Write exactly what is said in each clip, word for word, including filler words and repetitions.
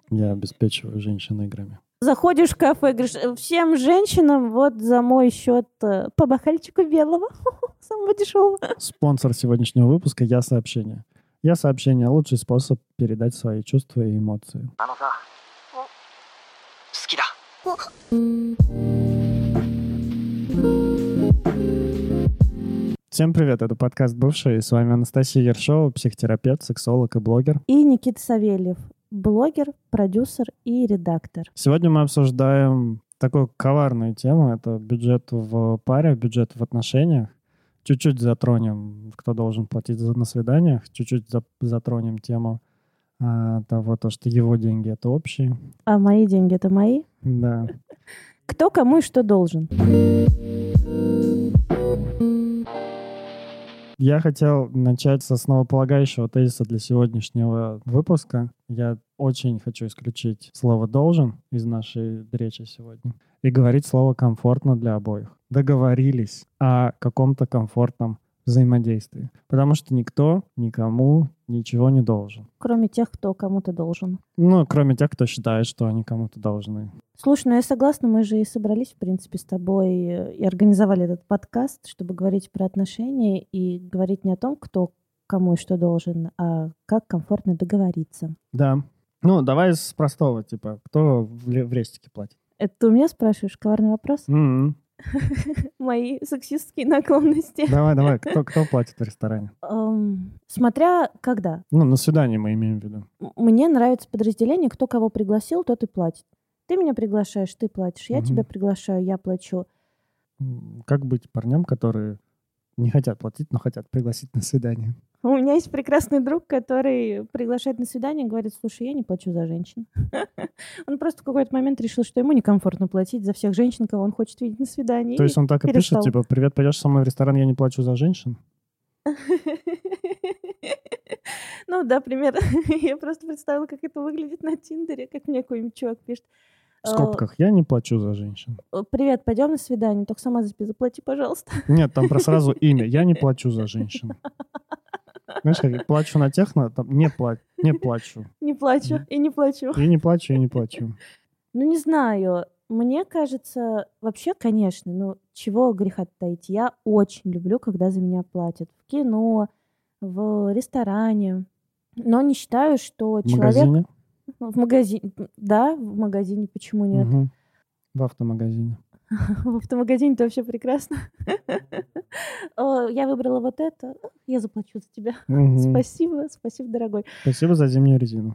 Я обеспечиваю женщин играми. Заходишь в кафе, говоришь, всем женщинам вот за мой счет по бокальчику белого, самого дешевого. Спонсор сегодняшнего выпуска «Я сообщение». «Я сообщение» — лучший способ передать свои чувства и эмоции. Всем привет, это подкаст «Бывший», и с вами Анастасия Ершова, психотерапевт, сексолог и блогер. И Никита Савельев, блогер, продюсер и редактор. Сегодня мы обсуждаем такую коварную тему, это бюджет в паре, бюджет в отношениях. Чуть-чуть затронем, кто должен платить за, на свиданиях, чуть-чуть за, затронем тему а, того, то, что его деньги — это общие. А мои деньги — это мои? Да. Кто кому и что должен? Я хотел начать с основополагающего тезиса для сегодняшнего выпуска. Я очень хочу исключить слово «должен» из нашей речи сегодня и говорить слово «комфортно» для обоих. Договорились о каком-то комфортном взаимодействии. Потому что никто никому ничего не должен. Кроме тех, кто кому-то должен. Ну, кроме тех, кто считает, что они кому-то должны. Слушай, ну я согласна, мы же и собрались, в принципе, с тобой и организовали этот подкаст, чтобы говорить про отношения и говорить не о том, кто кому и что должен, а как комфортно договориться. Да. Ну, давай с простого, типа, кто в, в рестике платит? Это ты у меня спрашиваешь? Коварный вопрос? Mm-hmm. Мои сексистские наклонности. Давай, давай, кто, кто платит в ресторане? Um, смотря когда. Ну, на свидание мы имеем в виду. Мне нравится подразделение, кто кого пригласил, тот и платит. Ты меня приглашаешь, ты платишь. Я Угу. тебя приглашаю, я плачу. Как быть парням, которые не хотят платить, но хотят пригласить на свидание? У меня есть прекрасный друг, который приглашает на свидание и говорит: слушай, я не плачу за женщин. Он просто в какой-то момент решил, что ему некомфортно платить за всех женщин, кого он хочет видеть на свидании. То есть он так и перестал. пишет, типа, привет, пойдешь со мной в ресторан, я не плачу за женщин? Ну да, примерно. Я просто представила, как это выглядит на Тиндере, как мне какой-нибудь чувак пишет. В скобках, я не плачу за женщин. Привет, пойдем на свидание, только сама за себя заплати, пожалуйста. Нет, там про сразу имя. Я не плачу за женщин. Знаешь, как плачу на техно, там не, пла- не плачу. Не плачу и не плачу. И не плачу, и не плачу. Ну, не знаю. Мне кажется, вообще, конечно, ну, чего греха таить. Я очень люблю, когда за меня платят. В кино, в ресторане. Но не считаю, что В человек... магазине? В магазине. Да, в магазине, почему нет? Угу. В автомагазине. В автомагазине-то вообще прекрасно. Я выбрала вот это. Я заплачу за тебя. Угу. Спасибо, спасибо, дорогой. Спасибо за зимнюю резину.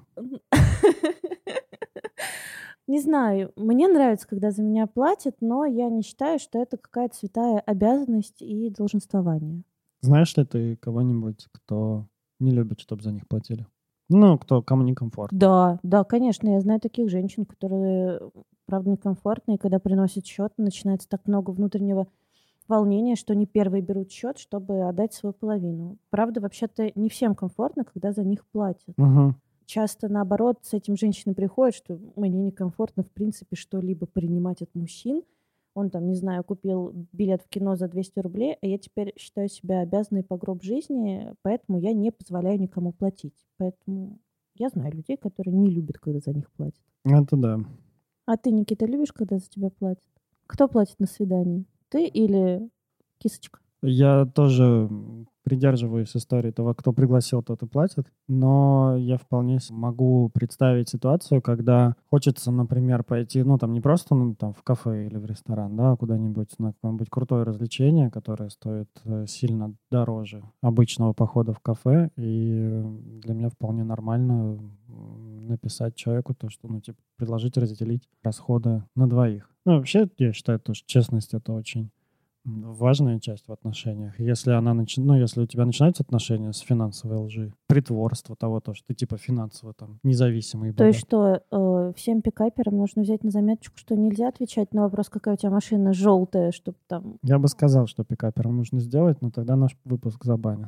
Не знаю, мне нравится, когда за меня платят, но я не считаю, что это какая-то святая обязанность и долженствование. Знаешь ли ты кого-нибудь, кто не любит, чтобы за них платили? Ну, кто, кому некомфортно. Да, да, конечно, я знаю таких женщин, которые, правда, некомфортны, и когда приносят счет, начинается так много внутреннего волнения, что они первые берут счет, чтобы отдать свою половину. Правда, вообще-то не всем комфортно, когда за них платят. Угу. Часто, наоборот, с этим женщины приходят, что мне некомфортно, в принципе, что-либо принимать от мужчин. Он там, не знаю, купил билет в кино за двести рублей, а я теперь считаю себя обязанной по гроб жизни, поэтому я не позволяю никому платить. Поэтому я знаю людей, которые не любят, когда за них платят. Это да. А ты, Никита, любишь, когда за тебя платят? Кто платит на свидании? Ты или кисочка? Я тоже придерживаюсь истории того, кто пригласил, тот и платит. Но я вполне могу представить ситуацию, когда хочется, например, пойти, ну, там, не просто ну, там, в кафе или в ресторан, да, а куда-нибудь на какое-нибудь крутое развлечение, которое стоит сильно дороже обычного похода в кафе. И для меня вполне нормально написать человеку то, что, ну, типа, предложить разделить расходы на двоих. Ну, вообще, я считаю, то, что честность — это очень важная часть в отношениях. Если она начи... ну, если у тебя начинаются отношения с финансовой лжи, притворство того, то, что ты типа финансово там независимый. То есть что, э, всем пикаперам нужно взять на заметочку, что нельзя отвечать на вопрос, какая у тебя машина желтая, чтобы там... Я бы сказал, что пикаперам нужно сделать, но тогда наш выпуск забанят.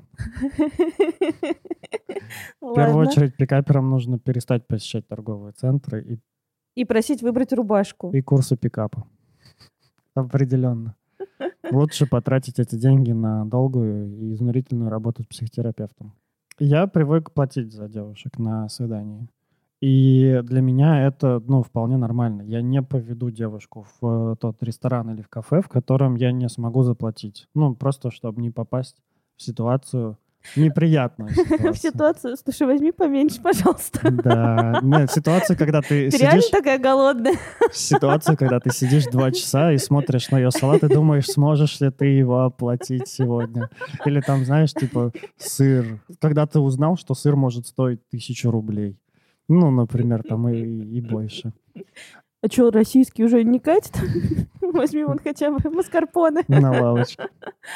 В первую очередь пикаперам нужно перестать посещать торговые центры и... И просить выбрать рубашку. И курсы пикапа. Определенно. Лучше потратить эти деньги на долгую и изнурительную работу с психотерапевтом. Я привык платить за девушек на свидании. И для меня это, ну, вполне нормально. Я не поведу девушку в э, тот ресторан или в кафе, в котором я не смогу заплатить. Ну, просто чтобы не попасть в ситуацию, неприятную В ситуацию. ситуацию, слушай, возьми поменьше, пожалуйста. Да, нет, ситуация, когда ты Ты реально сидишь, такая голодная? ситуация, когда ты сидишь два часа и смотришь на ее салат и думаешь, сможешь ли ты его оплатить сегодня. Или там, знаешь, типа сыр. Когда ты узнал, что сыр может стоить тысячу рублей. Ну, например, там и, и больше. А что, российский уже не катит? Возьми вон хотя бы маскарпоне. На лавочке.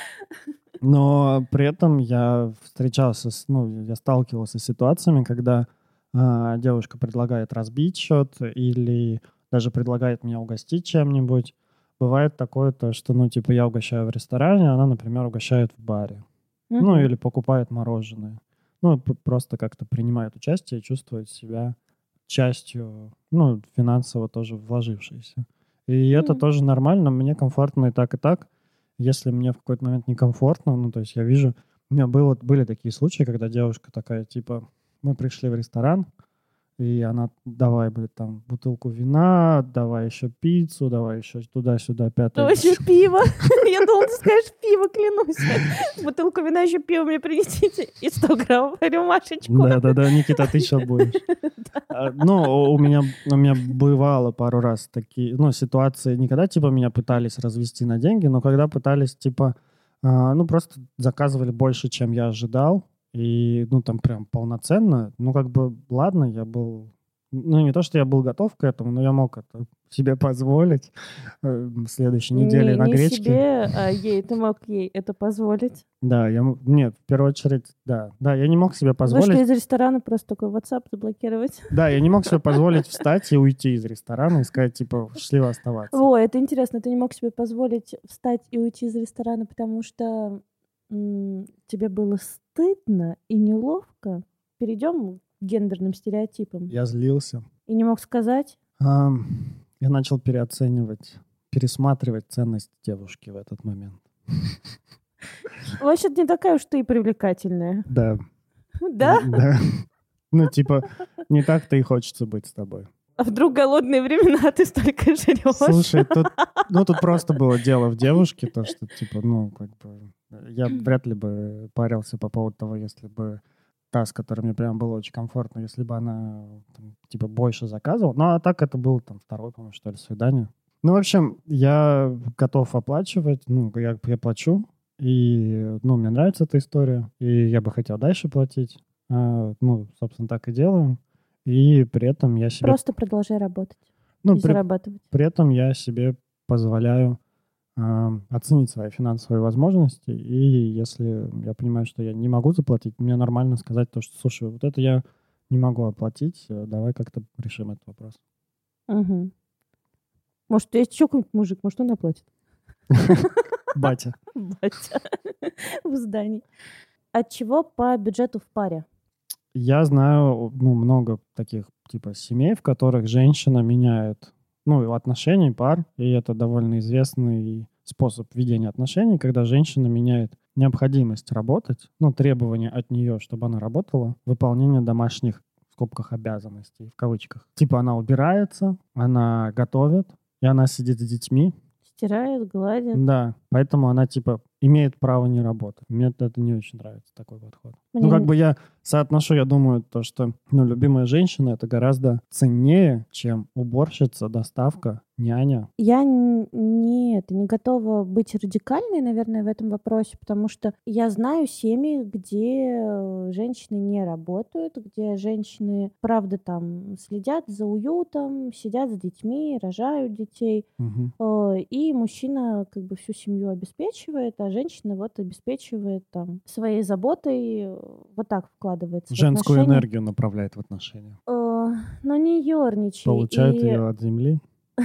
Но при этом я встречался, с, ну, я сталкивался с ситуациями, когда а, девушка предлагает разбить счет или даже предлагает меня угостить чем-нибудь. Бывает такое, то, что, ну, типа, я угощаю в ресторане, она, например, угощает в баре. Ну, Мгм. или покупает мороженое. Ну, п- просто как-то принимает участие и чувствует себя частью, ну, финансово тоже вложившейся. И это М. тоже нормально, мне комфортно и так, и так. Если мне в какой-то момент некомфортно, ну, то есть я вижу, у меня было, были такие случаи, когда девушка такая, типа, мы пришли в ресторан, и она, давай, блядь, там, бутылку вина, давай еще пиццу, давай еще туда-сюда, пятое, Давай еще десятое. пиво. Я думала, ты скажешь пиво, клянусь. Бутылку вина, еще пиво мне принесите. И сто грамм рюмашечку. Да-да-да, Никита, ты еще будешь. А, Ну, у меня, у меня бывало пару раз такие, ну, ситуации, не когда, типа, меня пытались развести на деньги, но когда пытались, типа, а, ну, просто заказывали больше, чем я ожидал, и, ну, там прям полноценно, ну, как бы, ладно, я был, ну, не то, что я был готов к этому, но я мог это себе позволить э, в следующей неделе Не, на не гречке. себе, а ей. Ты мог ей это позволить. Да, я, м- нет, в первую очередь, да, да, я не мог себе Вышли позволить. из ресторана, просто такой WhatsApp заблокировать. Да, я не мог себе позволить встать и уйти из ресторана и сказать, типа, счастливо оставаться. О, это интересно. Ты не мог себе позволить встать и уйти из ресторана, потому что м, тебе было стыдно и неловко. Перейдем к гендерным стереотипам. Я злился. И не мог сказать. Ам, Я начал переоценивать, пересматривать ценность девушки в этот момент. Вообще, не такая уж ты и привлекательная. Да, Да? да. Ну, типа, не так-то и хочется быть с тобой. А вдруг голодные времена, а ты столько жрешь? Слушай, тут, ну, тут просто было дело в девушке, то, что, типа, ну, как бы, я вряд ли бы парился по поводу того, если бы та, с которой мне прям было очень комфортно, если бы она, там, типа, больше заказывала. Ну, а так это было, там, второе, по-моему, что ли, свидание. Ну, в общем, я готов оплачивать, ну, я, я плачу, и, ну, мне нравится эта история, и я бы хотел дальше платить. А, ну, собственно, так и делаю. И при этом я себе, Просто продолжай работать ну, и при, зарабатывать. при этом я себе позволяю а, оценить свои финансовые возможности. И если я понимаю, что я не могу заплатить, мне нормально сказать то, что, слушай, вот это я не могу оплатить, э, давай как-то решим этот вопрос. Мгм. Может, есть еще какой-нибудь мужик, может, он оплатит? Батя. Батя в здании. От чего по бюджету в паре? Я знаю, ну, много таких, типа, семей, в которых женщина меняет, ну, отношений, пар, и это довольно известный способ ведения отношений, когда женщина меняет необходимость работать, ну, требования от нее, чтобы она работала, выполнение домашних, в скобках, обязанностей, в кавычках. Типа она убирается, она готовит, и она сидит с детьми. Стирает, гладит. Да, поэтому она, типа, имеет право не работать. Мне это не очень нравится, такой подход. Мне Ну, как н- бы я соотношу, я думаю, то, что, ну, любимая женщина — это гораздо ценнее, чем уборщица, доставка, няня. Я н- нет, не готова быть радикальной, наверное, в этом вопросе, потому что я знаю семьи, где э, женщины не работают, где женщины, правда, там следят за уютом, сидят с детьми, рожают детей, Мгм. э, и мужчина как бы всю семью обеспечивает, а женщина вот обеспечивает там своей заботой, э, вот так вкладывается в Женскую отношения. энергию направляет в отношения. Э, Но не ерничай. Получает И ее от земли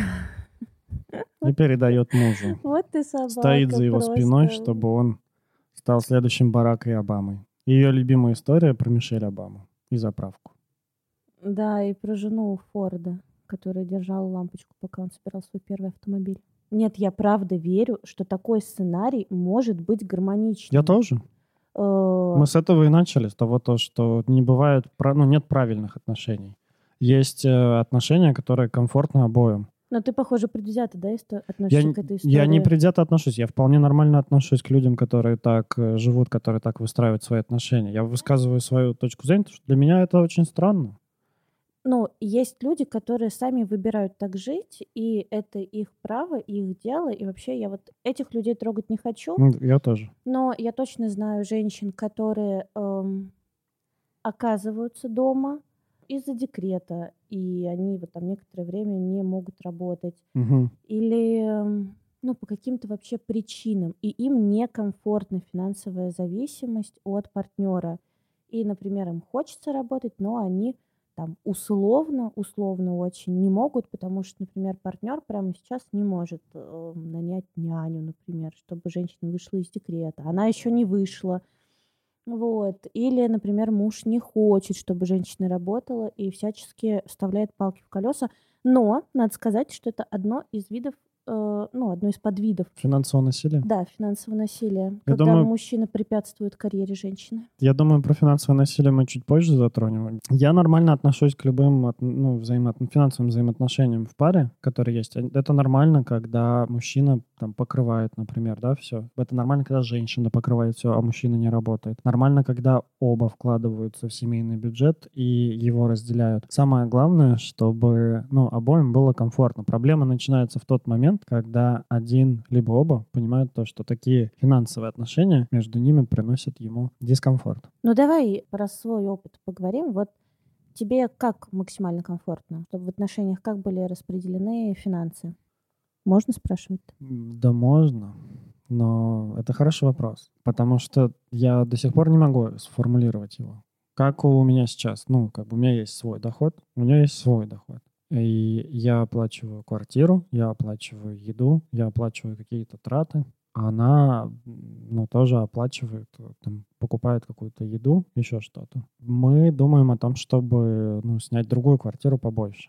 и передает мужу. вот ты Стоит собака за его спиной, просто. чтобы он стал следующим Баракой Обамой. Ее любимая история про Мишель Обаму и заправку. Да, и про жену Форда, которая держала лампочку, пока он собирал свой первый автомобиль. Нет, я правда верю, что такой сценарий может быть гармоничным. Я тоже. Э, Мы с этого и начали, с того, то, что не бывает, пра- ну, нет правильных отношений. Есть э, отношения, которые комфортны обоим. Но ты, похоже, предвзято, да, исто- Я, относишься н- к этой я не истории? предвзято отношусь, я вполне нормально отношусь к людям, которые так э, живут, которые так выстраивают свои отношения. Я высказываю свою точку зрения, потому что для меня это очень странно. Ну, есть люди, которые сами выбирают так жить, и это их право, их дело. И вообще я вот этих людей трогать не хочу, М, Я тоже. но я точно знаю женщин, которые эм, оказываются дома из-за декрета, и они вот там некоторое время не могут работать. Мгм. Или, м, ну, по каким-то вообще причинам, и им некомфортна финансовая зависимость от партнера. И, например, им хочется работать, но они там условно, условно очень не могут, потому что, например, партнер прямо сейчас не может э, нанять няню, например, чтобы женщина вышла из декрета. Она еще не вышла. Вот. Или, например, муж не хочет, чтобы женщина работала и всячески вставляет палки в колеса. Но надо сказать, что это одно из видов, э, ну, одно из подвидов, Финансовое насилие. да, финансового насилия, Я когда думаю, мужчина препятствует карьере женщины. Я думаю, про финансовое насилие мы чуть позже затронем. Я нормально отношусь к любым от- ну, взаимо- финансовым взаимоотношениям в паре, которые есть. Э, Это нормально, когда мужчина там покрывает, например, да, все. Это нормально, когда женщина покрывает все, а мужчина не работает. Нормально, когда оба вкладываются в семейный бюджет и его разделяют. Самое главное, чтобы, ну, обоим было комфортно. Проблема начинается в тот момент, когда один либо оба понимают то, что такие финансовые отношения между ними приносят ему дискомфорт. Ну, давай про свой опыт поговорим. Вот тебе как максимально комфортно, чтобы в отношениях как были распределены финансы? Можно спрашивать? М, Да можно, но это хороший вопрос, потому что я до сих пор не могу сформулировать его. Как у меня сейчас? Ну, как бы у меня есть свой доход, у меня есть свой доход. И я оплачиваю квартиру, я оплачиваю еду, я оплачиваю какие-то траты. А она, м, ну, тоже оплачивает, э, там, покупает какую-то еду, еще что-то. Мы думаем о том, чтобы, ну, снять другую квартиру побольше.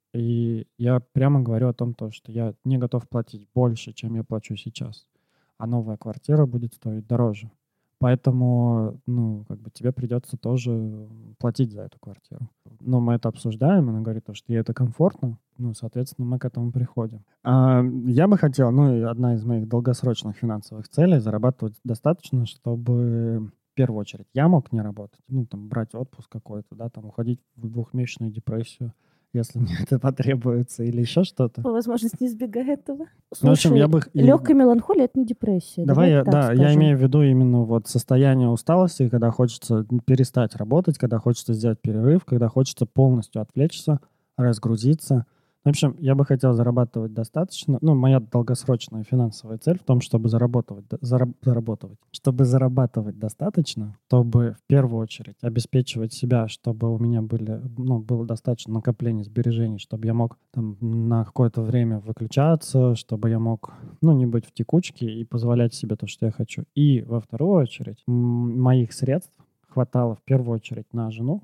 И я прямо говорю о том, то, что я не готов платить больше, чем я плачу сейчас. А новая квартира будет стоить дороже. Поэтому, ну, как бы тебе придется тоже платить за эту квартиру. Но мы это обсуждаем, она говорит, то, что ей это комфортно, ну, соответственно, мы к этому приходим. А, я бы хотел, ну, и одна из моих долгосрочных финансовых целей — зарабатывать достаточно, чтобы в первую очередь я мог не работать, ну, там, брать отпуск какой-то, да, там, уходить в двухмесячную депрессию, если мне это потребуется, или еще что-то. По возможности не избегай этого. Ну, в общем, я Слушай, бы... х- и- легкая меланхолия — это не депрессия. Давай Давай я, так да, я скажем. имею в виду именно вот состояние усталости, когда хочется перестать работать, когда хочется сделать перерыв, когда хочется полностью отвлечься, разгрузиться. В общем, я бы хотел зарабатывать достаточно. Ну, моя долгосрочная финансовая цель в том, чтобы зарабатывать, д- зараб- зарабатывать, чтобы зарабатывать достаточно, чтобы в первую очередь обеспечивать себя, чтобы у меня были, ну, было достаточно накоплений, сбережений, чтобы я мог там на какое-то время выключаться, чтобы я мог, ну, не быть в текучке и позволять себе то, что я хочу. И во вторую очередь м, моих средств хватало в первую очередь на жену,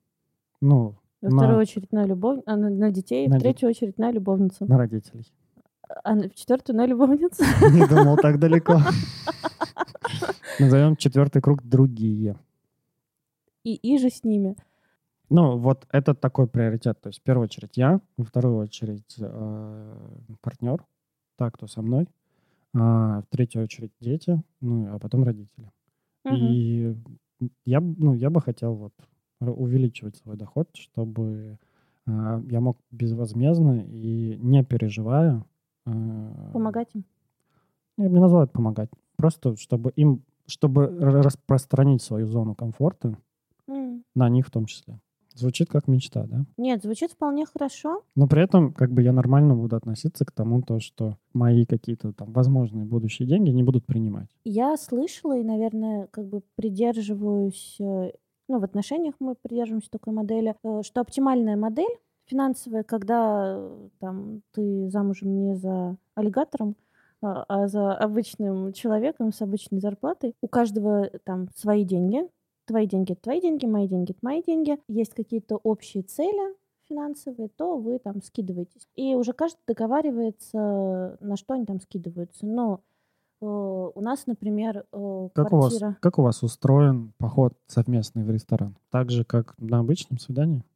ну, Во вторую на, очередь на любовь, а на, на детей, в на, де- третью очередь на любовницу, на родителей. а на- в четвертую на любовницу. Не думал так далеко. Назовем четвертый круг другие. И, и же с ними. Ну, вот это такой приоритет. То есть в первую очередь я, во вторую очередь э, партнер, так, кто со мной, а в третью очередь дети, ну, а потом родители. Мгм. И я, б- ну, я бы хотел вот р- увеличивать свой доход, чтобы а, я мог безвозмездно и не переживая, а, Помогать им. я бы не назвал это помогать, просто чтобы им, чтобы р- распространить свою зону комфорта М. на них в том числе. Звучит как мечта, да? Нет, звучит вполне хорошо. Но при этом как бы я нормально буду относиться к тому, то, что мои какие-то там возможные будущие деньги не будут принимать. Я слышала и, наверное, как бы придерживаюсь, э, ну, в отношениях мы придерживаемся такой модели, э, что оптимальная модель финансовая, когда э, там ты замужем не за аллигатором, а а за обычным человеком с обычной зарплатой. У каждого э, там свои деньги. Твои деньги — это твои деньги, мои деньги — это мои деньги. Есть какие-то общие цели финансовые, то вы там скидываетесь. И уже каждый договаривается, на что они там скидываются. Но Э, у нас, например, э, Как у вас, квартира. как у вас устроен поход совместный в ресторан? Так же, как на обычном свидании?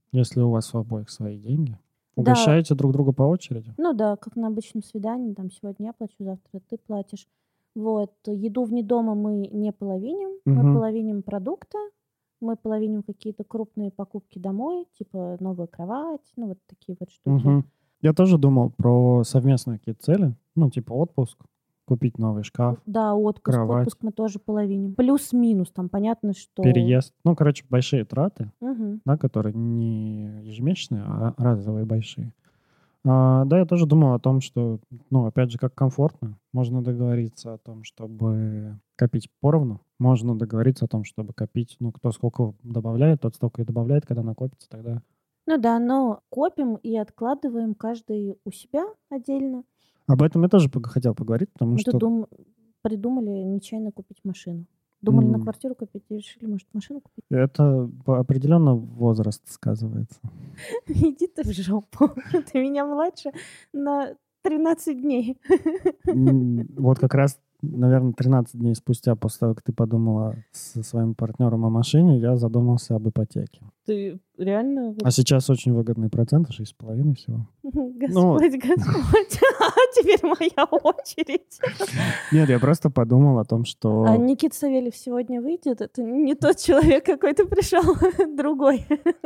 Если у вас у обоих свои деньги. Да, Угощаете друг друга по очереди? ну да, как на обычном свидании, там сегодня я плачу, завтра ты платишь. Вот. Еду вне дома мы не половиним, мы Мгм. половиним продукты, мы половиним какие-то крупные покупки домой, типа новая кровать, ну вот такие вот штуки. Мгм. Я тоже думал про совместные какие-то цели. Ну, типа отпуск, купить новый шкаф, Да, отпуск, кровать, отпуск мы тоже половиним. Плюс-минус, там понятно, что... переезд. Ну, короче, большие траты, Мгм. да, которые не ежемесячные, а разовые большие. А, да, я тоже думал о том, что, ну, опять же, как комфортно. Можно договориться о том, чтобы копить поровну. Можно договориться о том, чтобы копить, ну, кто сколько добавляет, тот столько и добавляет, когда накопится, тогда. Ну да, но копим и откладываем каждый у себя отдельно. Об этом я тоже пог- хотел поговорить, потому Мы тут что дум- придумали нечаянно купить машину. Думали на м, квартиру купить и решили, может, машину купить. это по- определенно возраст сказывается. Иди ты в жопу. Ты меня младше на тринадцать дней. М, Вот как раз, наверное, тринадцать дней спустя, после того, как ты подумала со своим партнером о машине, я задумался об ипотеке. Ты реально... вот А сейчас очень выгодные проценты, шесть с половиной всего. Ну, Господь, Господь. А теперь моя очередь. нет, я просто подумал о том, А что Никита Савельев сегодня выйдет? Это не тот человек какой-то пришел, другой.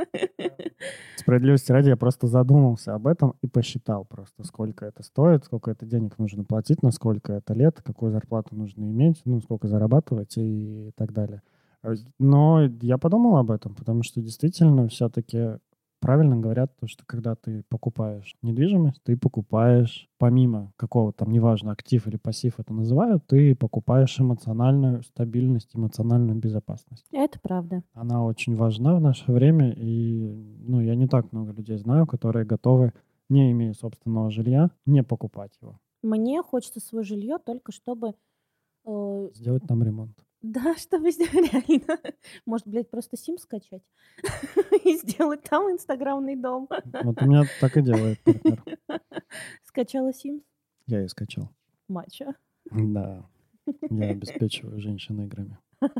справедливости ради, я просто задумался об этом и посчитал просто, сколько это стоит, сколько это денег нужно платить, на сколько это лет, какую зарплату нужно иметь, ну, сколько зарабатывать и так далее. А, Но я подумал об этом, потому что действительно все-таки правильно говорят, то, что когда ты покупаешь недвижимость, ты покупаешь помимо какого-то там, неважно, актив или пассив это называют, ты покупаешь эмоциональную стабильность, эмоциональную безопасность. Это правда. Она очень важна в наше время, и ну, я не так много людей знаю, которые готовы, не имея собственного жилья, не покупать его, Мне хочется свое жилье только чтобы... э, сделать там ремонт. Да, чтобы сделать реально. Может, блядь, просто Сим скачать и сделать там инстаграмный дом. Вот у меня так и делает партнер. Скачала Сим? Я и скачал. Мачо. Да, я обеспечиваю женщин играми.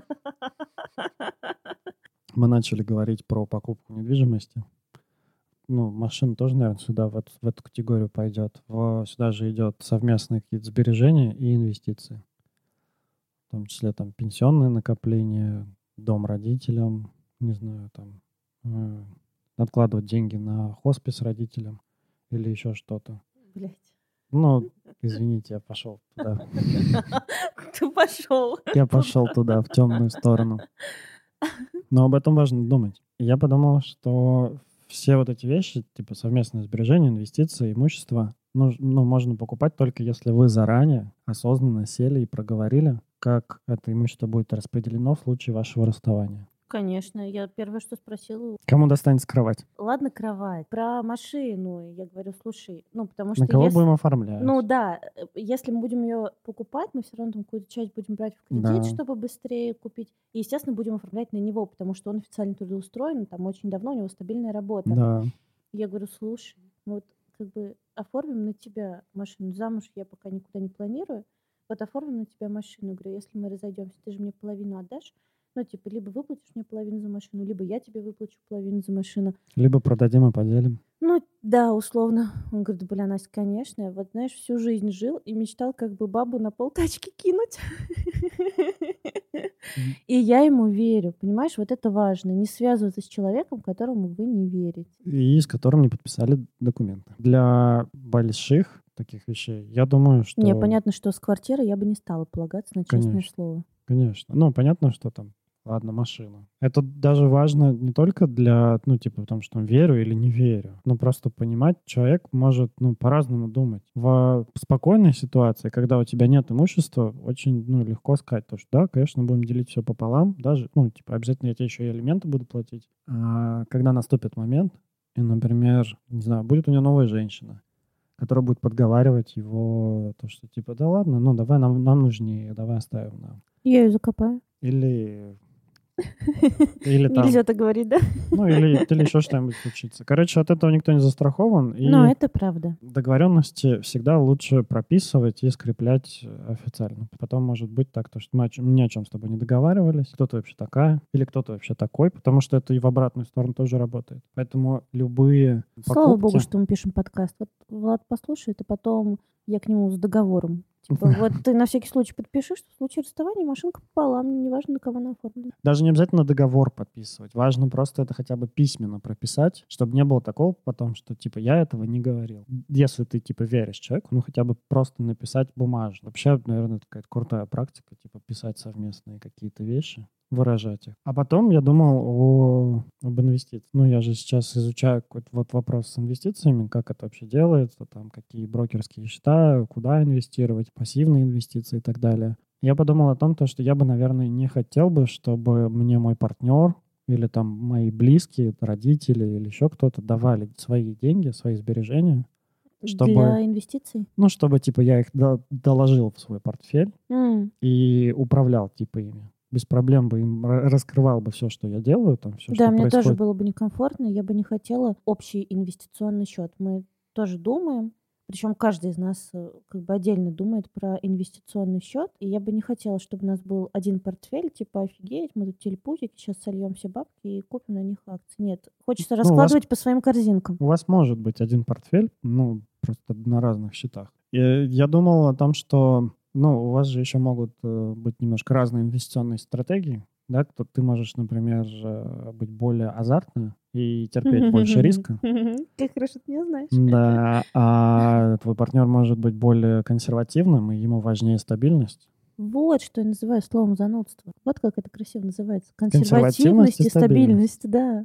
Мы начали говорить про покупку недвижимости. Ну, машина тоже, наверное, сюда, в эту, в эту категорию пойдет. В- сюда же идет совместные какие-то сбережения и инвестиции. В том числе там пенсионные накопления, дом родителям, не знаю, там э, откладывать деньги на хоспис родителям или еще что-то. Блядь. Ну, извините, я пошел туда. Ты пошел. Я пошел туда, в темную сторону. Но об этом важно думать. И я подумал, что все вот эти вещи, типа совместное сбережение, инвестиции, имущество, ну, ну, можно покупать только если вы заранее осознанно сели и проговорили, как это имущество будет распределено в случае вашего расставания. Конечно, я первое, что спросила, Кому достанется кровать? ладно, кровать, про машину. Я говорю, слушай, ну, потому На что кого если... будем оформлять? Ну да, э, если мы будем ее покупать, мы все равно там какую-то часть будем брать в кредит, Да, чтобы быстрее купить. И, естественно, будем оформлять на него, потому что он официально трудоустроен, там очень давно, у него стабильная работа. да. Я говорю, слушай, ну вот как бы оформим на тебя машину. Замуж я пока никуда не планирую. Вот оформим на тебя машину. Говорю, если мы разойдемся, ты же мне половину отдашь. Ну, типа, либо выплатишь мне половину за машину, либо я тебе выплачу половину за машину. Либо продадим и поделим. Ну, да, условно. Он говорит, бля, Настя, конечно. Вот, знаешь, всю жизнь жил и мечтал как бы бабу на полтачки кинуть. М. И я ему верю. Понимаешь, вот это важно. Не связываться с человеком, которому вы не верите. И с которым не подписали документы. Для больших таких вещей, я думаю, что... Не, понятно, что с квартирой я бы не стала полагаться на честное Конечно. слово. Конечно. Ну, понятно, что там, ладно, машина. Это даже важно не только для, ну, типа, потому что там верю или не верю. Но просто понимать, человек может, ну, по-разному думать. В спокойной ситуации, когда у тебя нет имущества, очень, ну, легко сказать, то, что да, конечно, будем делить все пополам, даже, ну, типа, обязательно я тебе еще и алименты буду платить. А когда наступит момент, и, например, не знаю, будет у него новая женщина, которая будет подговаривать его, то, что типа, да ладно, ну давай, нам, нам нужнее, давай оставим нам. Я ее закопаю. Или Или там, Нельзя так говорить, да? ну, или, или еще что-нибудь случится. Короче, от этого никто не застрахован, и Ну, это правда. договоренности всегда лучше прописывать и скреплять э, официально. Потом может быть так, то, что мы о чем- ни о чем с тобой не договаривались, кто ты вообще такая, или кто ты вообще такой, потому что это и в обратную сторону тоже работает. Поэтому любые Слава богу, покупки... что мы пишем подкаст. Вот Влад послушает, и потом я к нему с договором. Типа, вот ты на всякий случай подпиши, что в случае расставания машинка пополам, мне не важно, на кого она оформлена. Даже не обязательно договор подписывать. Важно просто это хотя бы письменно прописать, чтобы не было такого потом, что типа я этого не говорил. Если ты типа веришь человеку, ну хотя бы просто написать бумажно. Вообще, наверное, это какая-то крутая практика, типа писать совместные какие-то вещи, выражать их. А потом я думал о, об инвестициях. Ну, я же сейчас изучаю какой-то вот вопрос с инвестициями, как это вообще делается, там, какие брокерские счета, куда инвестировать, пассивные инвестиции и так далее. Я подумал о том, то, что я бы, наверное, не хотел бы, чтобы мне мой партнер или там мои близкие, родители или еще кто-то давали свои деньги, свои сбережения, чтобы, Для инвестиций? ну, чтобы, типа, я их до- доложил в свой портфель М, и управлял, типа, ими. Без проблем бы им ра- раскрывал бы все, что я делаю, там, все, Да, что мне тоже происходит. было бы некомфортно. Я бы не хотела общий инвестиционный счет. Мы тоже думаем, причем каждый из нас э, как бы отдельно думает про инвестиционный счет. И я бы не хотела, чтобы у нас был один портфель, типа офигеть, мы тут телепузики, сейчас сольем все бабки и купим на них акции. Нет, хочется Ну, у вас, раскладывать по своим корзинкам. у вас может быть один портфель, ну, просто на разных счетах. И я думал о том, что, ну, у вас же еще могут э, быть немножко разные инвестиционные стратегии, да, кто ты можешь, например, э, быть более азартной и терпеть больше риска, Как хорошо ты меня знаешь. да, а твой партнер может быть более консервативным, и ему важнее стабильность. Вот что я называю словом занудство. Вот как это красиво называется. Консервативность Консервативность и и стабильность. стабильность, да.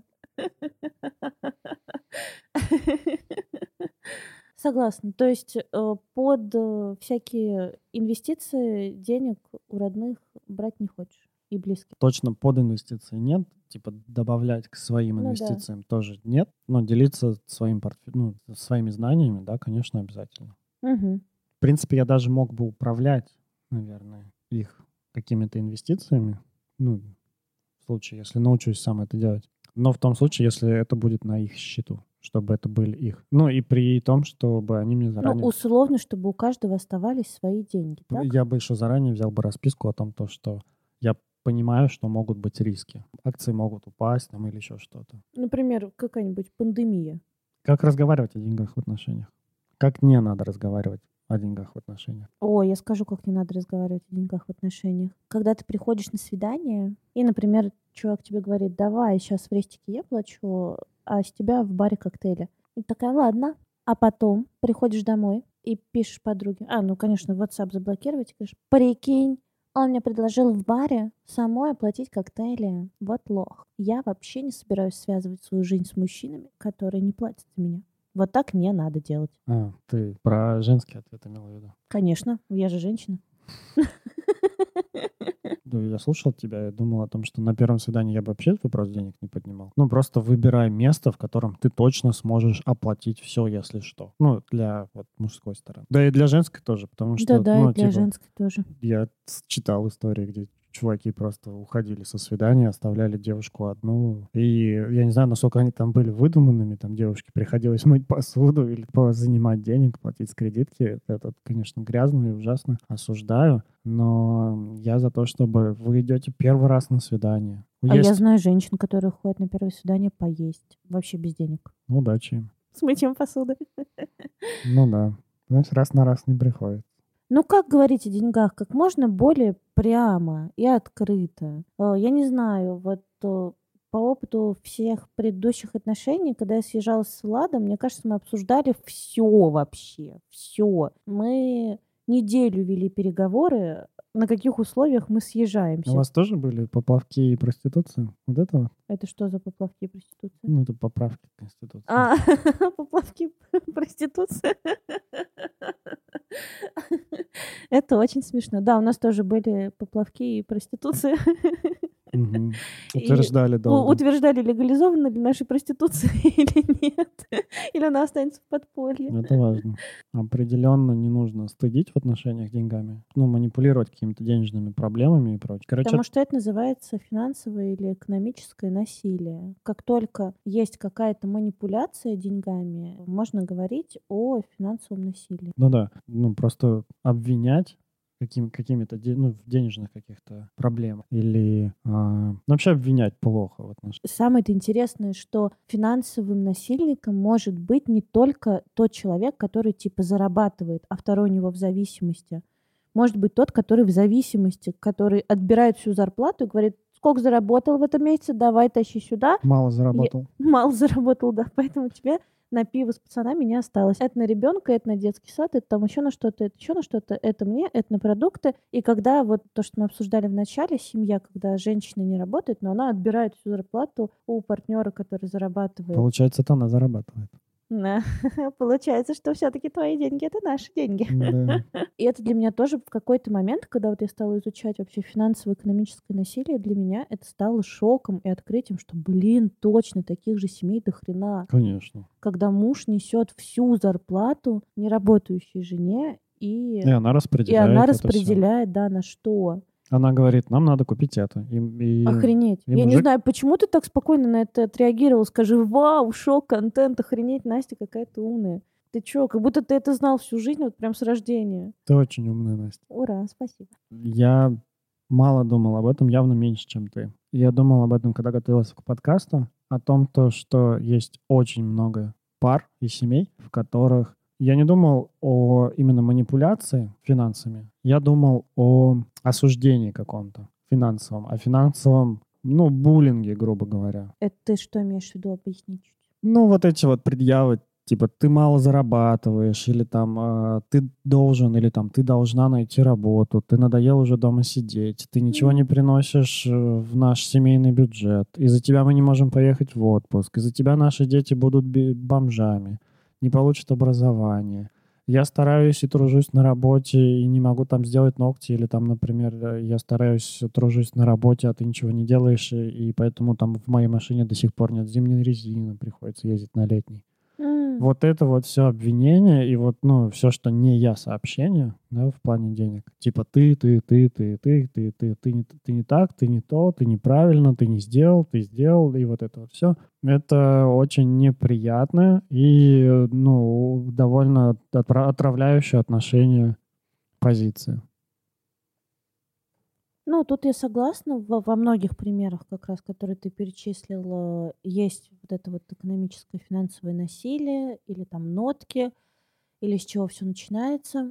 Согласна. То есть э, под э, всякие инвестиции денег у родных брать не хочешь и близких. Точно под инвестиции нет, типа добавлять к своим Ну да. инвестициям тоже нет, но делиться своим портфе- ну, своими знаниями, да, конечно, обязательно. Мгм. В принципе, я даже мог бы управлять, наверное, их какими-то инвестициями, ну, в случае, если научусь сам это делать. Но в том случае, если это будет на их счету, чтобы это были их. Ну и при том, чтобы они мне Ну, заранее... условно, чтобы у каждого оставались свои деньги, так? Я бы еще заранее взял бы расписку о том, то, что я понимаю, что могут быть риски. Акции могут упасть там или еще что-то. Например, какая-нибудь пандемия. Как разговаривать о деньгах в отношениях? Как не надо разговаривать о деньгах в отношениях? О, я скажу, как не надо разговаривать о деньгах в отношениях. Когда ты приходишь на свидание, и, например, чувак тебе говорит, давай, сейчас в рестике я плачу, а с тебя в баре коктейли. И ты такая, ладно. А потом приходишь домой и пишешь подруге. А, ну, конечно, WhatsApp заблокировать. И говоришь, прикинь, он мне предложил в баре самой оплатить коктейли. Вот лох. Я вообще не собираюсь связывать свою жизнь с мужчинами, которые не платят за меня. Вот так не надо делать. А, ты про женский ответ имел в виду. Конечно, я же женщина. Да, я слушал тебя, я думал о том, что на первом свидании я бы вообще этот вопрос денег не поднимал. Ну, просто выбирай место, в котором ты точно сможешь оплатить все, если что. Ну, для вот мужской стороны. Да и для женской тоже, потому что, Да-да, ну, и для типа, женской тоже. я с- читал истории, где чуваки просто уходили со свидания, оставляли девушку одну. И я не знаю, насколько они там были выдуманными. Там девушке приходилось мыть посуду или по- занимать денег, платить с кредитки. Это, конечно, грязно и ужасно. Осуждаю. Но я за то, чтобы вы идете первый раз на свидание. А я Есть знаю женщин, которые ходят на первое свидание поесть. Вообще без денег. удачи им. С мытьем посуды. Ну да. Знаешь, раз на раз не приходит. Ну, как говорить о деньгах? Как можно более прямо и открыто. Э, Я не знаю, вот э, по опыту всех предыдущих отношений, когда я съезжалась с Владом, мне кажется, мы обсуждали все вообще. Все. Мы неделю вели переговоры, на каких условиях мы У съезжаемся. вас тоже были поплавки и проституция? Вот это вот? Это что за поплавки и проституция? Ну, это поправки к Конституции. А, поплавки, проституция. Это очень смешно. Да, у нас тоже были поплавки и проституция. Мгм. И Утверждали у- долго. утверждали, легализована ли наша проституция или нет, или она останется в подполье. Это важно. Определенно не нужно стыдить в отношениях деньгами, ну, манипулировать какими-то денежными проблемами и прочее. Короче, Потому что это называется финансовое или экономическое насилие. Как только есть какая-то манипуляция деньгами, можно говорить о финансовом насилии. ну да, ну просто обвинять каким, какими-то де- ну, в денежных каких-то проблемах или а, ну, вообще обвинять плохо в отношениях. Самое-то интересное, что финансовым насильником может быть не только тот человек, который типа зарабатывает, а второй у него в зависимости. Может быть тот, который в зависимости, который отбирает всю зарплату и говорит, сколько заработал в этом месяце, давай тащи сюда. Мало Я заработал. мало заработал, да, поэтому тебе на пиво с пацанами не осталось. Это на ребенка, это на детский сад, это там еще на что-то, это еще на что-то, это мне, это на продукты. И когда вот то, что мы обсуждали в начале, семья, когда женщина не работает, но она отбирает всю зарплату у партнера, который зарабатывает. Получается, это она зарабатывает. Да. Получается, что все-таки твои деньги это наши деньги. Да. И это для меня тоже в какой-то момент, когда вот я стала изучать вообще финансово-экономическое насилие, для меня это стало шоком и открытием, что, блин, точно таких же семей до хрена. Конечно. Когда муж несет всю зарплату неработающей жене, и, И она и распределяет она это все. распределяет, да, на что. Она говорит, нам надо купить это. И, и, Охренеть. и Я не мужик- знаю, почему ты так спокойно на это отреагировал. Скажи, вау, шок, контент, охренеть, Настя какая ты умная. Ты чё, как будто ты это знал всю жизнь, вот прям с рождения. Ты очень умная, Настя. Ура, спасибо. Я мало думал об этом, явно меньше, чем ты. Я думал об этом, когда готовился к подкасту, о том, то, что есть очень много пар и семей, в которых я не думал о именно манипуляции финансами, я думал о осуждении каком-то финансовом, о финансовом, ну, буллинге, грубо говоря. Это ты что имеешь в виду, объяснить чуть? Ну, вот эти вот предъявы, типа, ты мало зарабатываешь, или там э, ты должен, или там ты должна найти работу, ты надоел уже дома сидеть, ты ничего не приносишь э, в наш семейный бюджет, из-за тебя мы не можем поехать в отпуск, из-за тебя наши дети будут би- бомжами, не получат образование. Я стараюсь и тружусь на работе, и не могу там сделать ногти, или там, например, э, я стараюсь, тружусь на работе, а ты ничего не делаешь, и, и поэтому там в моей машине до сих пор нет зимней резины, приходится ездить на летней. М. Вот это вот все обвинение и вот, ну, все, что не я сообщение, да, в плане денег. Типа ты, ты, ты, ты, ты, ты, ты, ты, не, ты не так, ты не то, ты неправильно, ты не сделал, ты сделал, и вот это вот все. Это очень неприятно и, э, ну, довольно отра- отравляющая отношение позиция. Ну, тут я согласна. Во, во многих примерах, как раз, которые ты перечислила, есть вот это вот экономическое финансовое насилие или там нотки, или с чего все начинается.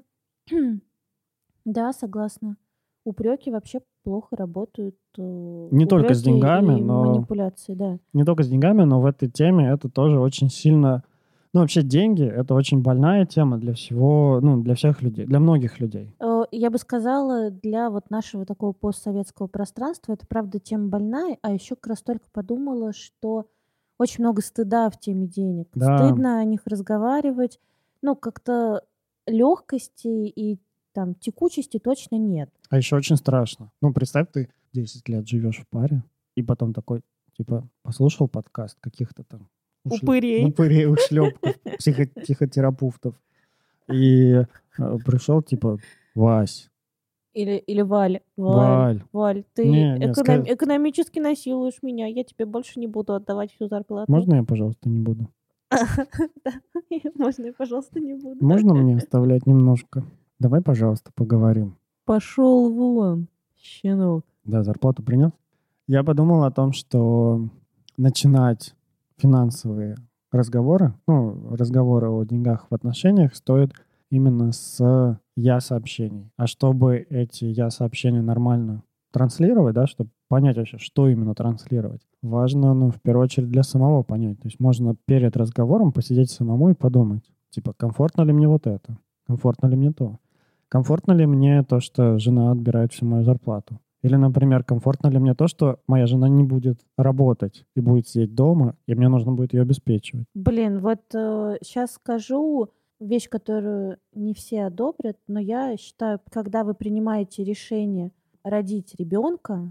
Да, согласна. Упреки вообще плохо работают. э, Не только с Упреки деньгами, и но манипуляции, да. не только с деньгами, но в этой теме это тоже очень сильно... Ну, вообще деньги — это очень больная тема для всего, ну, для всех людей, для многих людей. Э, Я бы сказала, для вот нашего такого постсоветского пространства это правда тема больная, а еще как раз только подумала, что очень много стыда в теме денег. Да, Стыдно о них разговаривать. Ну, как-то легкости и там текучести точно нет. а еще очень страшно. Ну, представь, ты десять лет живешь в паре, и потом такой, типа, послушал подкаст каких-то там ушлеп- Упырей. упырей, ушлепков, психо- психотерапевтов, и э, пришел, типа, Вась, Или, или Валь, Валь, Валь. Валь, ты Не, не, эконом- ска- экономически насилуешь меня, я тебе больше не буду отдавать всю зарплату. можно я, пожалуйста, не буду? Да, можно я, пожалуйста, не буду. Можно мне оставлять немножко? Давай, пожалуйста, поговорим. Пошел вон, щенок. Да, зарплату принес. Я подумал о том, что начинать финансовые разговоры, ну, разговоры о деньгах в отношениях стоит именно с я-сообщений. А чтобы эти я-сообщения нормально транслировать, да, чтобы понять вообще, что именно транслировать, важно, ну, в первую очередь для самого понять. То есть можно перед разговором посидеть самому и подумать, типа, комфортно ли мне вот это, комфортно ли мне то, комфортно ли мне то, что жена отбирает всю мою зарплату. Или, например, комфортно ли мне то, что моя жена не будет работать и будет сидеть дома, и мне нужно будет ее обеспечивать. Блин, вот сейчас скажу вещь, которую не все одобрят, но я считаю, когда вы принимаете решение родить ребенка,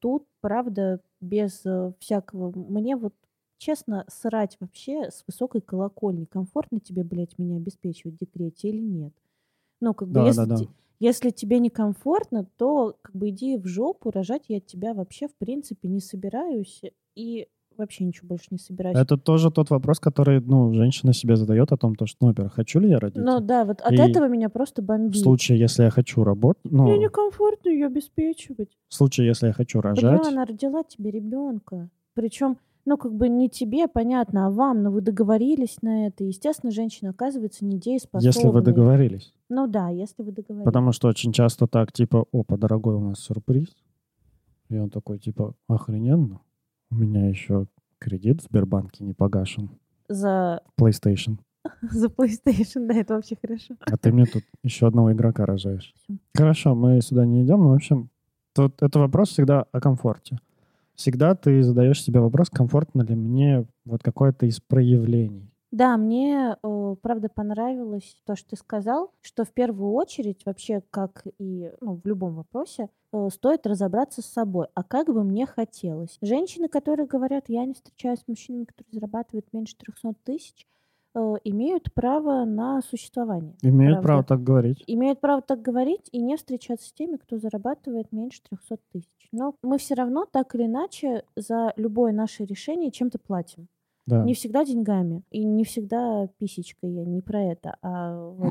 тут, правда, без э, всякого... Мне вот, честно, срать вообще с высокой колокольни. Комфортно тебе, блядь, меня обеспечивать в декрете или нет? Ну, как бы, Да, да, если, да. те- если тебе некомфортно, то как бы иди в жопу, рожать я от тебя вообще в принципе не собираюсь и вообще ничего больше не собираюсь. Это тоже тот вопрос, который, ну, женщина себе задает о том, то, что, ну, во-первых, хочу ли я родить? Но да, вот от И этого меня просто в бомбит. случае, если я хочу работать, Мне ну, некомфортно ее обеспечивать. в случае, если я хочу Бля, рожать, она родила тебе ребенка. Причем, ну, как бы не тебе, понятно, а вам, но вы договорились на это. Естественно, женщина оказывается если вы недееспособной. договорились. Ну да, если вы договорились. Потому что очень часто так, типа, опа, дорогой, у нас сюрприз. И он такой, типа, охрененно. У меня еще кредит в Сбербанке не погашен. За, PlayStation. за PlayStation, да, это вообще хорошо. А ты мне тут еще одного игрока рожаешь. Всё. Хорошо, мы сюда не идем, но, в общем, тут это вопрос всегда о комфорте. Всегда ты задаешь себе вопрос, комфортно ли мне вот какое-то из проявлений. Да, мне, э, правда, понравилось то, что ты сказал, что в первую очередь вообще, как и ну, в любом вопросе, э, стоит разобраться с собой. А как бы мне хотелось? Женщины, которые говорят, я не встречаюсь с мужчинами, которые зарабатывают меньше трехсот тысяч, э, имеют право на существование. Имеют Правда. право так говорить. Имеют право так говорить и не встречаться с теми, кто зарабатывает меньше трехсот тысяч. Но мы все равно так или иначе за любое наше решение чем-то платим. Да. Не всегда деньгами и не всегда писечкой, я не про это, а вот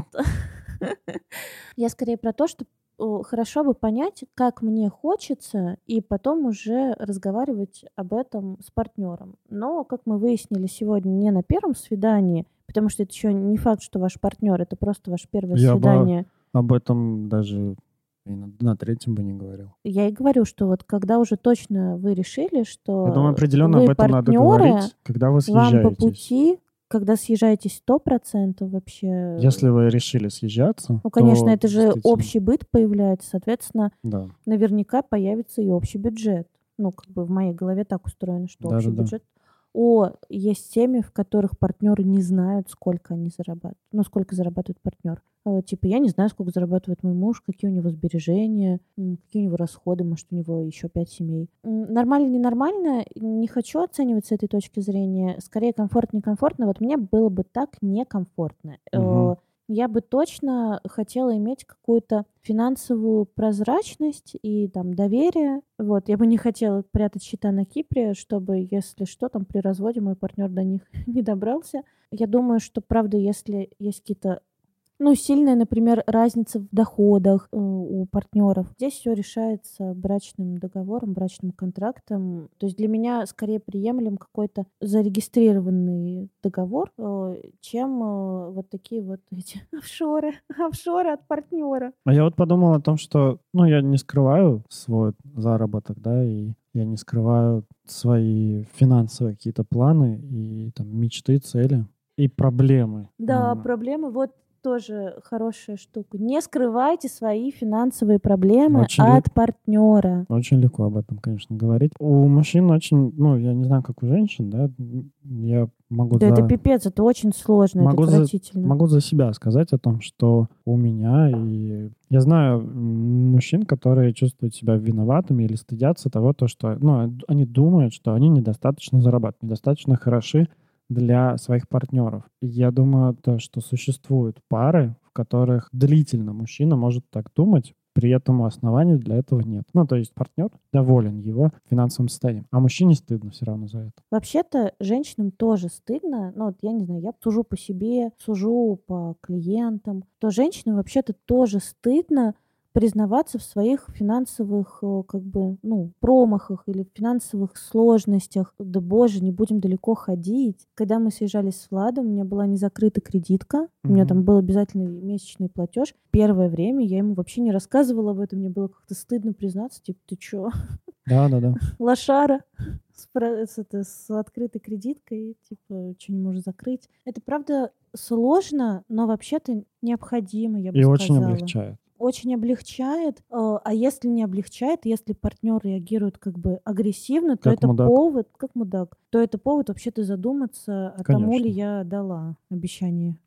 я скорее про то, что о, хорошо бы понять, как мне хочется, и потом уже разговаривать об этом с партнером. Но, как мы выяснили сегодня, не на первом свидании, потому что это еще не факт, что ваш партнер, это просто ваше первое Я бы свидание. об этом даже и на, на третьем бы не говорил. Я и говорю, что вот когда уже точно вы решили, что Я думаю, определенно вы об этом надо партнеры, говорить, когда вы вам по съезжаетесь. пути, когда съезжаетесь сто процентов вообще. Если вы решили съезжаться, Ну, конечно, то это же действительно, общий быт появляется, соответственно, да. наверняка появится и общий бюджет. Ну, как бы в моей голове так устроено, что общий Да-да-да. бюджет. О, есть семьи, в которых партнеры не знают, сколько они зарабатывают. Ну, сколько зарабатывает партнер. Э, Типа, я не знаю, сколько зарабатывает мой муж, какие у него сбережения, м, какие у него расходы, может, у него еще пять семей. М, Нормально, ненормально, не хочу оценивать с этой точки зрения. Скорее, комфортно, некомфортно. Вот мне было бы так некомфортно. Э, Мгм. Я бы точно хотела иметь какую-то финансовую прозрачность и там доверие. Вот, я бы не хотела прятать счета на Кипре, чтобы, если что, там при разводе мой партнер до них не добрался. Я думаю, что, правда, если есть какие-то, ну, сильная, например, разница в доходах э, у партнеров. Здесь все решается брачным договором, брачным контрактом. То есть для меня скорее приемлем какой-то зарегистрированный договор, э, чем э, вот такие вот эти офшоры, офшоры от партнера. А я вот подумал о том, что, ну, я не скрываю свой заработок, да, и я не скрываю свои финансовые какие-то планы и там мечты, цели и проблемы. Да, М, проблемы вот тоже хорошая штука. Не скрывайте свои финансовые проблемы Очень, ле- от партнера. очень легко об этом, конечно, говорить. У мужчин очень, ну, я не знаю, как у женщин, да, м, я могу Да это за, пипец, это очень сложно, это могу за, отвратительно. могу за себя сказать о том, что у меня, и я знаю м, мужчин, которые чувствуют себя виноватыми или стыдятся того, то, что, ну, д- они думают, что они недостаточно зарабатывают, недостаточно хороши для своих партнеров. И я думаю, то, что существуют пары, в которых длительно мужчина может так думать, при этом оснований для этого нет. Ну, то есть партнер доволен его финансовым состоянием, а мужчине стыдно все равно за это. Вообще-то женщинам тоже стыдно, ну вот я не знаю, я сужу по себе, сужу по клиентам, то женщинам вообще-то тоже стыдно признаваться в своих финансовых, э, как бы, ну, промахах или финансовых сложностях. Да боже, не будем далеко ходить. Когда мы съезжались с Владом, у меня была не закрыта кредитка, у меня там Мгм. был обязательный месячный платеж. Первое время я ему вообще не рассказывала об этом, мне было как-то стыдно признаться, типа, ты чё, Да-да-да. лошара с, про- с это, с открытой кредиткой, типа, что не можешь закрыть. Это правда сложно, но вообще-то необходимо, я бы И очень сказала. облегчает. Очень облегчает, э, а если не облегчает, если партнер реагирует как бы агрессивно, то Как это мудак. повод, как мудак, то это повод вообще-то задуматься, а тому ли Конечно. я дала обещание любить.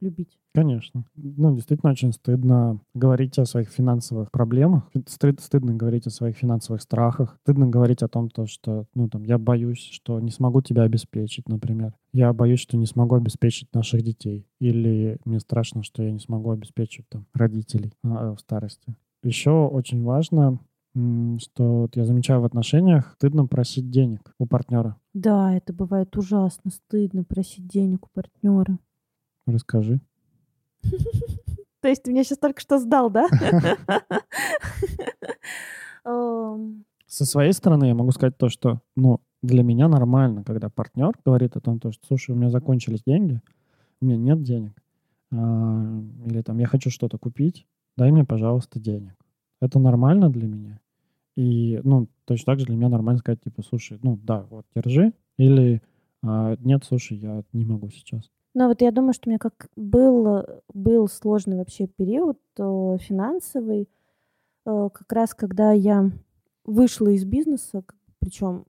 Конечно. Ну, действительно, очень стыдно говорить о своих финансовых проблемах, стыд, стыдно говорить о своих финансовых страхах, стыдно говорить о том, то, что, ну, там, я боюсь, что не смогу тебя обеспечить, например. Я боюсь, что не смогу обеспечить наших детей. Или мне страшно, что я не смогу обеспечить, там, родителей а, в старости. Еще очень важно, м, что вот я замечаю в отношениях, стыдно просить денег у партнера. Да, это бывает ужасно стыдно просить денег у партнера. Расскажи. То есть ты меня сейчас только что сдал, да? Ам, Со своей стороны я могу сказать то, что, ну, для меня нормально, когда партнер говорит о том, то, что, слушай, у меня закончились деньги, у меня нет денег, а, или там я хочу что-то купить, дай мне, пожалуйста, денег. Это нормально для меня. И, ну, точно так же для меня нормально сказать, типа, слушай, ну, да, вот, держи, или а, нет, слушай, я не могу сейчас. Ну, вот я думаю, что у меня как был, э, был сложный вообще период э, финансовый, э, как раз когда я вышла из бизнеса, причем,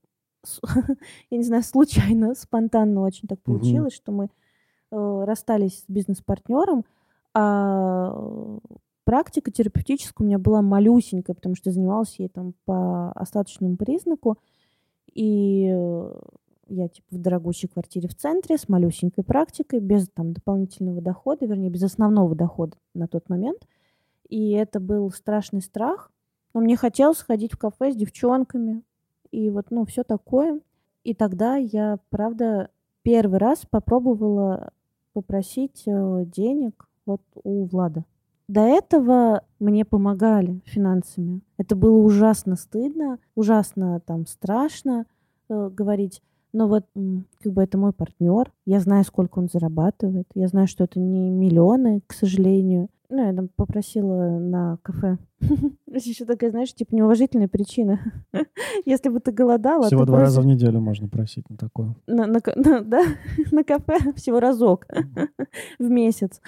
я не знаю, случайно, спонтанно очень так Мгм. получилось, что мы э, расстались с бизнес-партнером, а э, практика терапевтическая у меня была малюсенькая, потому что занималась ей там по остаточному признаку, и э, я типа в дорогущей квартире в центре с малюсенькой практикой, без там дополнительного дохода, вернее, без основного дохода на тот момент. И это был страшный страх. Но мне хотелось ходить в кафе с девчонками. И вот, ну, все такое. И тогда я, правда, первый раз попробовала попросить э, денег вот у Влада. До этого мне помогали финансами. Это было ужасно стыдно, ужасно там страшно э, говорить. Но вот м, как бы это мой партнер. Я знаю, сколько он зарабатывает. Я знаю, что это не миллионы, к сожалению. Ну, я там попросила на кафе. Еще такая, знаешь, типа неуважительная причина. Если бы ты голодала, Всего ты два раза в просишь неделю можно просить на такое. на, на ка- на- да, на кафе всего разок в месяц.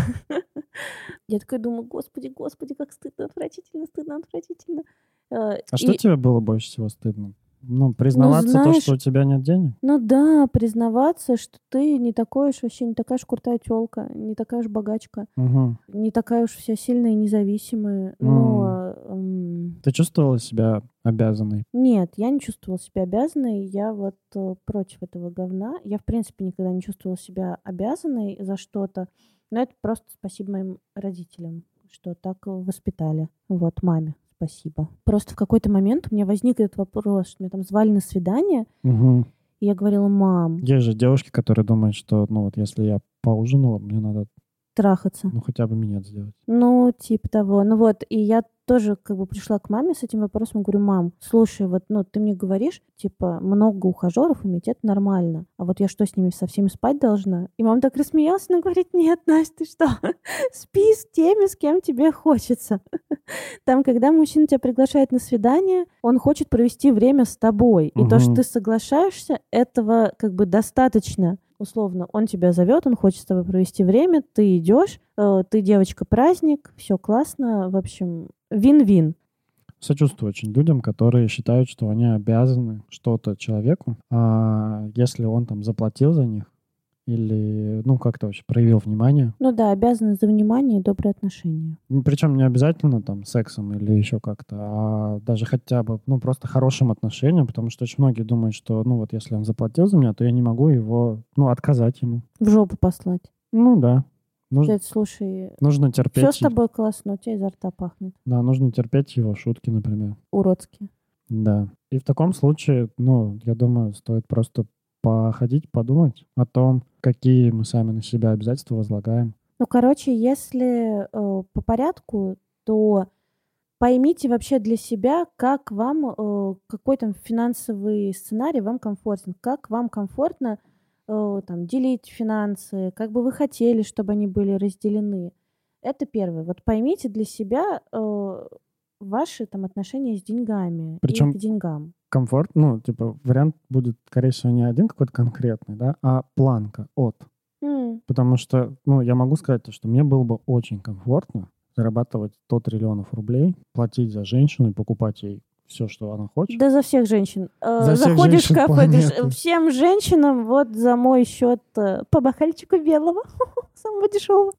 Я такая думаю, господи, господи, как стыдно, отвратительно, стыдно, отвратительно. Э, А что И, тебе было больше всего стыдно? Ну, ну, признаваться то, что знаешь, у тебя нет денег? ну да, признаваться, что ты не такой уж вообще, не такая уж крутая тёлка, не такая уж богачка, Угу. не такая уж вся сильная и независимая. Но м, Ты чувствовала себя обязанной? нет, я не чувствовала себя обязанной. Я вот э, против этого говна. Я, в принципе, никогда не чувствовала себя обязанной за что-то. Но это просто спасибо моим родителям, что так э, воспитали. Вот, маме спасибо. Просто в какой-то момент у меня возник этот вопрос, что меня там звали на свидание, Угу. и я говорила, мам, Есть же девушки, которые думают, что, ну, вот если я поужинала, мне надо, трахаться. ну, хотя бы минет сделать. Ну, типа того. Ну вот, и я тоже как бы пришла к маме с этим вопросом, говорю, мам, слушай, вот, ну, ты мне говоришь, типа, много ухажеров иметь, это нормально. А вот я что, с ними со всеми спать должна? И мама так рассмеялась, но говорит, нет, Настя, ты что, спи с теми, с кем тебе хочется. Там, когда мужчина тебя приглашает на свидание, он хочет провести время с тобой. И то, что Мгм. ты соглашаешься, этого как бы достаточно. Условно, он тебя зовет, он хочет с тобой провести время, ты идешь, э, ты девочка-праздник, все классно, в общем, вин-вин. Сочувствую очень людям, которые считают, что они обязаны что-то человеку, а если он там заплатил за них или, ну, как-то вообще проявил внимание. Ну да, обязаны за внимание и добрые отношения. Ну, причем не обязательно там сексом или еще как-то, а даже хотя бы, ну, просто хорошим отношением, потому что очень многие думают, что, ну, вот если он заплатил за меня, то я не могу его, ну, отказать ему. В жопу послать. Ну, да. Нужно, Сказать, слушай, нужно все терпеть, с тобой классно, у тебя изо рта пахнет. да, нужно терпеть его шутки, например. Уродски. Да. И в таком случае, ну, я думаю, стоит просто походить, подумать о том, какие мы сами на себя обязательства возлагаем. Ну, короче, если э, по порядку, то поймите вообще для себя, как вам, э, какой там финансовый сценарий вам комфортен, как вам комфортно э, там, делить финансы, как бы вы хотели, чтобы они были разделены. Это первое. Вот поймите для себя э, ваши там отношения с деньгами и Причем к деньгам. комфорт, ну, типа, вариант будет, скорее всего, не один какой-то конкретный, да, а планка от. М, Потому что, ну, я могу сказать, то, что мне было бы очень комфортно зарабатывать сто триллионов рублей, платить за женщину и покупать ей все, что она хочет. Да за всех женщин. Э, За всех заходишь в женщин кафе, говоришь, планеты. всем женщинам вот за мой счет э, по бокальчику белого, самого дешевого.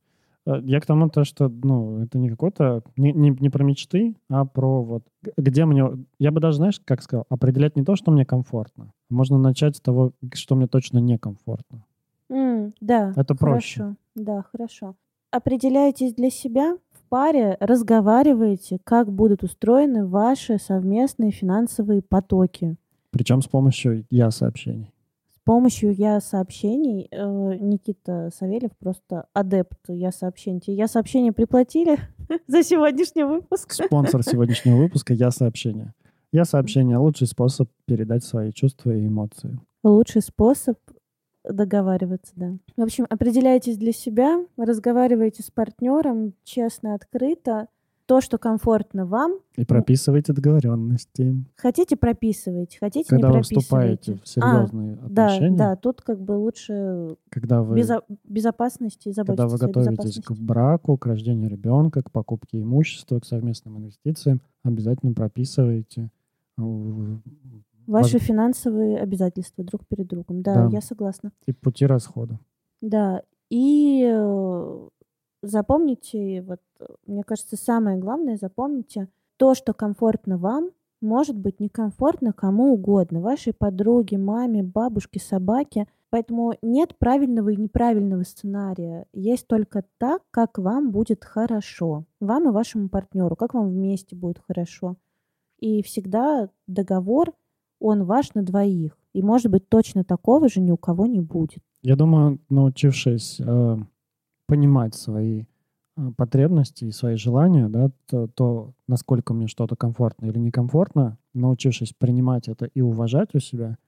Э, Я к тому, то, что, ну, это не какой-то, не, не, не про мечты, а про вот, г- где мне, я бы даже, знаешь, как сказал, определять не то, что мне комфортно. Можно начать с того, что мне точно некомфортно. М, да, Это проще. хорошо. Да, хорошо. Определяйтесь для себя в паре, разговариваете, как будут устроены ваши совместные финансовые потоки. Причем с помощью я-сообщений. С помощью я-сообщений э, Никита Савельев просто адепт я-сообщений. Тебе я-сообщения приплатили за сегодняшний выпуск? Спонсор сегодняшнего выпуска я-сообщение. Я-сообщение — лучший способ передать свои чувства и эмоции. Лучший способ договариваться, да. В общем, определяйтесь для себя, разговаривайте с партнером честно, открыто. То, что комфортно вам. И прописывайте договоренности. Хотите — прописывайте, хотите — не Когда вы прописывайте. вступаете в серьезные а, да, отношения, да, тут как бы лучше когда вы, безо- безопасности и заботиться когда вы о своей готовитесь к безопасности. браку, к рождению ребенка, к покупке имущества, к совместным инвестициям, обязательно прописывайте э, Ваши воз- финансовые обязательства друг перед другом. Да, да, я согласна. и пути расхода. Да, и э, запомните, вот, э, мне кажется, самое главное, запомните, то, что комфортно вам, может быть некомфортно кому угодно, вашей подруге, маме, бабушке, собаке. Поэтому нет правильного и неправильного сценария. Есть только так, как вам будет хорошо. Вам и вашему партнеру, как вам вместе будет хорошо. И всегда договор, он ваш на двоих. И, может быть, точно такого же ни у кого не будет. Я думаю, научившись э, понимать свои э, потребности и свои желания, да, то, то, насколько мне что-то комфортно или некомфортно, научившись принимать это и уважать у себя,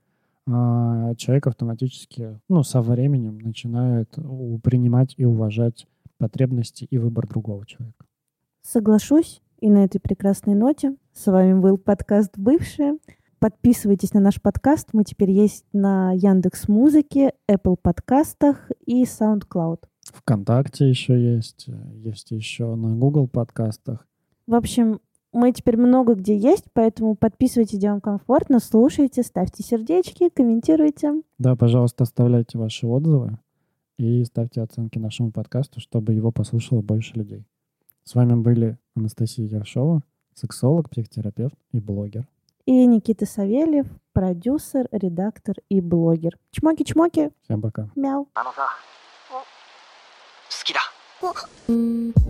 а, человек автоматически, ну, со временем начинает у- принимать и уважать потребности и выбор другого человека. Соглашусь. И на этой прекрасной ноте с вами был подкаст «Бывшие». Подписывайтесь на наш подкаст. Мы теперь есть на Яндекс.Музыке, Apple подкастах и SoundCloud. ВКонтакте еще есть, э, есть еще на Google подкастах. В общем, мы теперь много где есть, поэтому подписывайтесь, где вам комфортно, слушайте, ставьте сердечки, комментируйте. Да, пожалуйста, оставляйте ваши отзывы и ставьте оценки нашему подкасту, чтобы его послушало больше людей. С вами были Анастасия Ершова, сексолог, психотерапевт и блогер. И Никита Савельев, продюсер, редактор и блогер. Чмоки-чмоки. Всем пока. Мяу. あのさ、好きだ。